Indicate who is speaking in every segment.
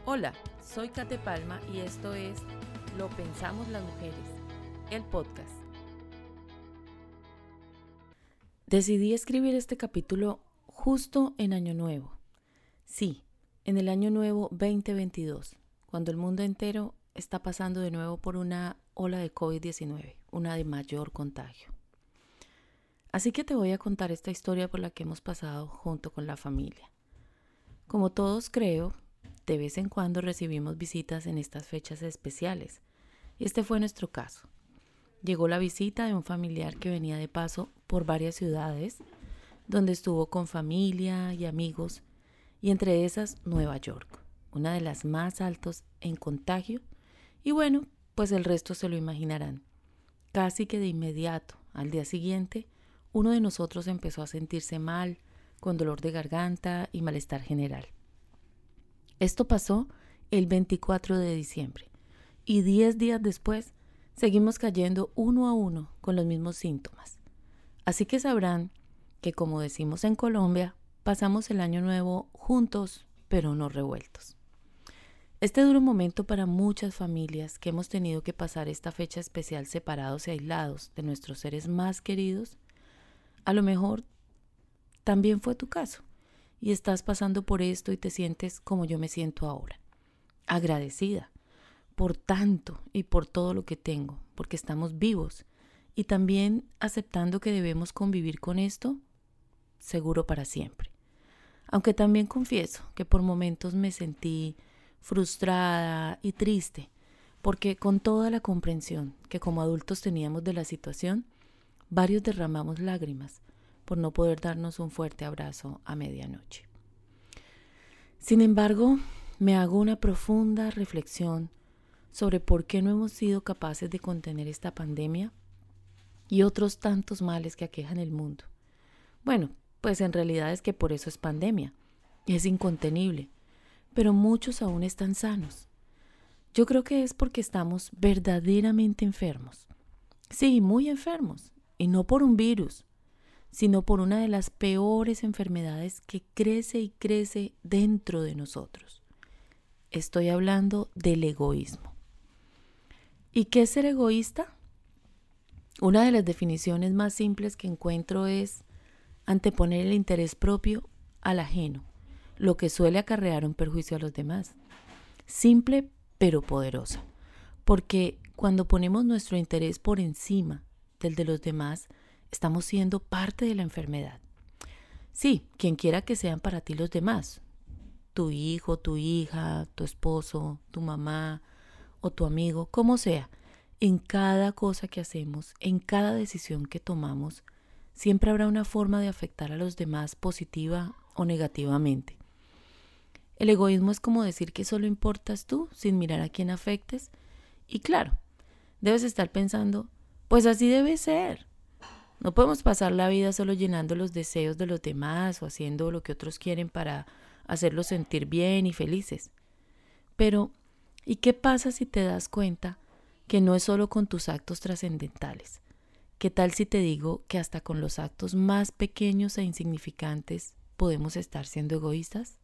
Speaker 1: Hola, soy Kate Palma y esto es Lo Pensamos las Mujeres, el podcast. Decidí escribir este capítulo justo en Año Nuevo. Sí, en el Año Nuevo 2022, cuando el mundo entero está pasando de nuevo por una ola de COVID-19, una de mayor contagio. Así que te voy a contar esta historia por la que hemos pasado junto con la familia. Como todos creo, de vez en cuando recibimos visitas en estas fechas especiales, y este fue nuestro caso. Llegó la visita de un familiar que venía de paso por varias ciudades, donde estuvo con familia y amigos, y entre esas Nueva York, una de las más altas en contagio, y bueno, pues el resto se lo imaginarán. Casi que de inmediato, al día siguiente, uno de nosotros empezó a sentirse mal, con dolor de garganta y malestar general. Esto pasó el 24 de diciembre y 10 días después seguimos cayendo uno a uno con los mismos síntomas. Así que sabrán que, como decimos en Colombia, pasamos el año nuevo juntos, pero no revueltos. Este duro momento para muchas familias que hemos tenido que pasar esta fecha especial separados y aislados de nuestros seres más queridos, a lo mejor también fue tu caso y estás pasando por esto y te sientes como yo me siento ahora, agradecida por tanto y por todo lo que tengo, porque estamos vivos y también aceptando que debemos convivir con esto, seguro para siempre. Aunque también confieso que por momentos me sentí frustrada y triste, porque con toda la comprensión que como adultos teníamos de la situación, varios derramamos lágrimas por no poder darnos un fuerte abrazo a medianoche. Sin embargo, me hago una profunda reflexión sobre por qué no hemos sido capaces de contener esta pandemia y otros tantos males que aquejan el mundo. Bueno, pues en realidad es que por eso es pandemia, es incontenible, pero muchos aún están sanos. Yo creo que es porque estamos verdaderamente enfermos. Sí, muy enfermos, y no por un virus, sino por una de las peores enfermedades que crece y crece dentro de nosotros. Estoy hablando del egoísmo. ¿Y qué es ser egoísta? Una de las definiciones más simples que encuentro es anteponer el interés propio al ajeno, lo que suele acarrear un perjuicio a los demás. Simple pero poderosa, porque cuando ponemos nuestro interés por encima del de los demás, estamos siendo parte de la enfermedad. Sí, quien quiera que sean para ti los demás, tu hijo, tu hija, tu esposo, tu mamá o tu amigo, como sea, en cada cosa que hacemos, en cada decisión que tomamos, siempre habrá una forma de afectar a los demás positiva o negativamente. El egoísmo es como decir que solo importas tú sin mirar a quién afectes. Y claro, debes estar pensando, pues así debe ser. No podemos pasar la vida solo llenando los deseos de los demás o haciendo lo que otros quieren para hacerlos sentir bien y felices. Pero, ¿y qué pasa si te das cuenta que no es solo con tus actos trascendentales? ¿Qué tal si te digo que hasta con los actos más pequeños e insignificantes podemos estar siendo egoístas?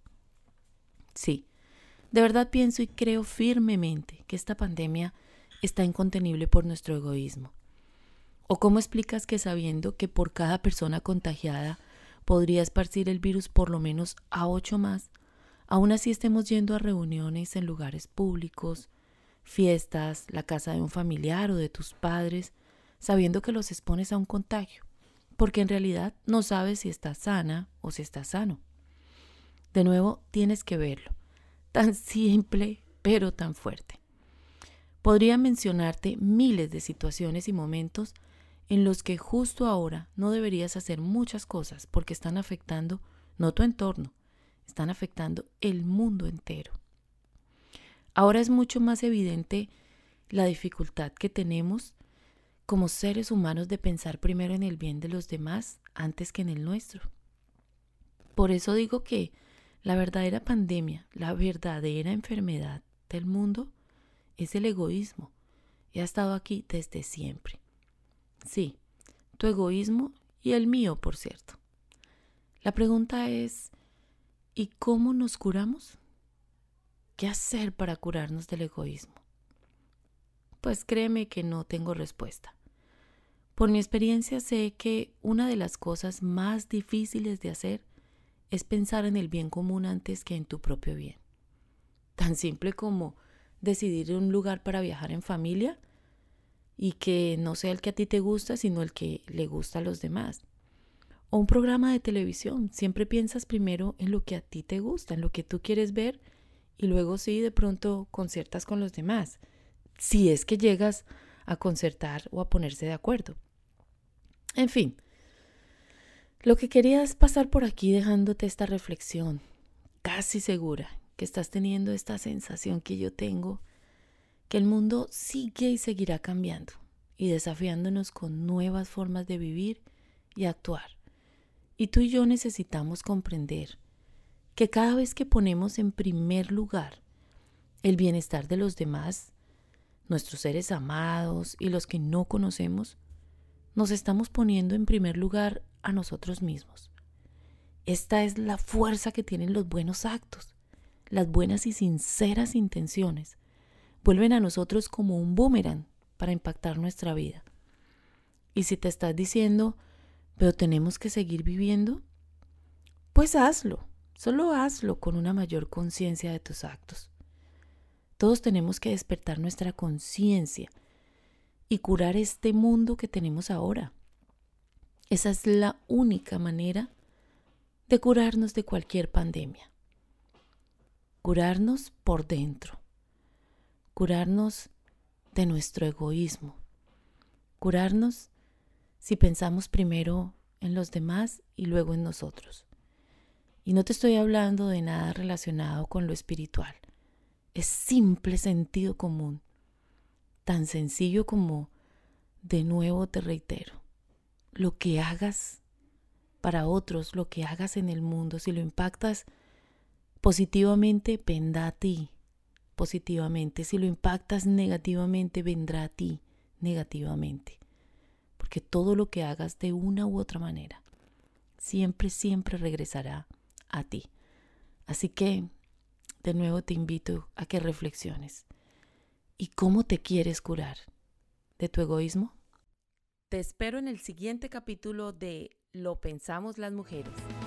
Speaker 1: Sí, de verdad pienso y creo firmemente que esta pandemia está incontenible por nuestro egoísmo. ¿O cómo explicas que sabiendo que por cada persona contagiada podría esparcir el virus por lo menos a 8 más, aún así estemos yendo a reuniones en lugares públicos, fiestas, la casa de un familiar o de tus padres, sabiendo que los expones a un contagio, porque en realidad no sabes si estás sana o si estás sano? De nuevo, tienes que verlo, tan simple pero tan fuerte. Podría mencionarte miles de situaciones y momentos en los que justo ahora no deberías hacer muchas cosas porque están afectando no tu entorno, están afectando el mundo entero. Ahora es mucho más evidente la dificultad que tenemos como seres humanos de pensar primero en el bien de los demás antes que en el nuestro. Por eso digo que la verdadera pandemia, la verdadera enfermedad del mundo es el egoísmo y ha estado aquí desde siempre. Sí, tu egoísmo y el mío, por cierto. La pregunta es, ¿y cómo nos curamos? ¿qué hacer para curarnos del egoísmo? Pues créeme que no tengo respuesta. Por mi experiencia sé que una de las cosas más difíciles de hacer es pensar en el bien común antes que en tu propio bien. Tan simple como decidir un lugar para viajar en familia y que no sea el que a ti te gusta, sino el que le gusta a los demás. O un programa de televisión. Siempre piensas primero en lo que a ti te gusta, en lo que tú quieres ver, y luego sí, de pronto concertas con los demás. Si es que llegas a concertar o a ponerse de acuerdo. En fin, lo que quería es pasar por aquí dejándote esta reflexión, casi segura que estás teniendo esta sensación que yo tengo, que el mundo sigue y seguirá cambiando y desafiándonos con nuevas formas de vivir y actuar. Y tú y yo necesitamos comprender que cada vez que ponemos en primer lugar el bienestar de los demás, nuestros seres amados y los que no conocemos, nos estamos poniendo en primer lugar a nosotros mismos. Esta es la fuerza que tienen los buenos actos, las buenas y sinceras intenciones. Vuelven a nosotros como un boomerang para impactar nuestra vida. Y si te estás diciendo, pero tenemos que seguir viviendo, pues hazlo, solo hazlo con una mayor conciencia de tus actos. Todos tenemos que despertar nuestra conciencia y curar este mundo que tenemos ahora. Esa es la única manera de curarnos de cualquier pandemia. Curarnos por dentro. Curarnos de nuestro egoísmo. Curarnos si pensamos primero en los demás y luego en nosotros. Y no te estoy hablando de nada relacionado con lo espiritual. Es simple sentido común. Tan sencillo como, de nuevo te reitero, lo que hagas para otros, lo que hagas en el mundo, si lo impactas positivamente, vendrá a ti positivamente. Si lo impactas negativamente, vendrá a ti negativamente. Porque todo lo que hagas de una u otra manera, siempre regresará a ti. Así que, de nuevo te invito a que reflexiones. ¿Y cómo te quieres curar de tu egoísmo? Te espero en el siguiente capítulo de Lo pensamos las mujeres.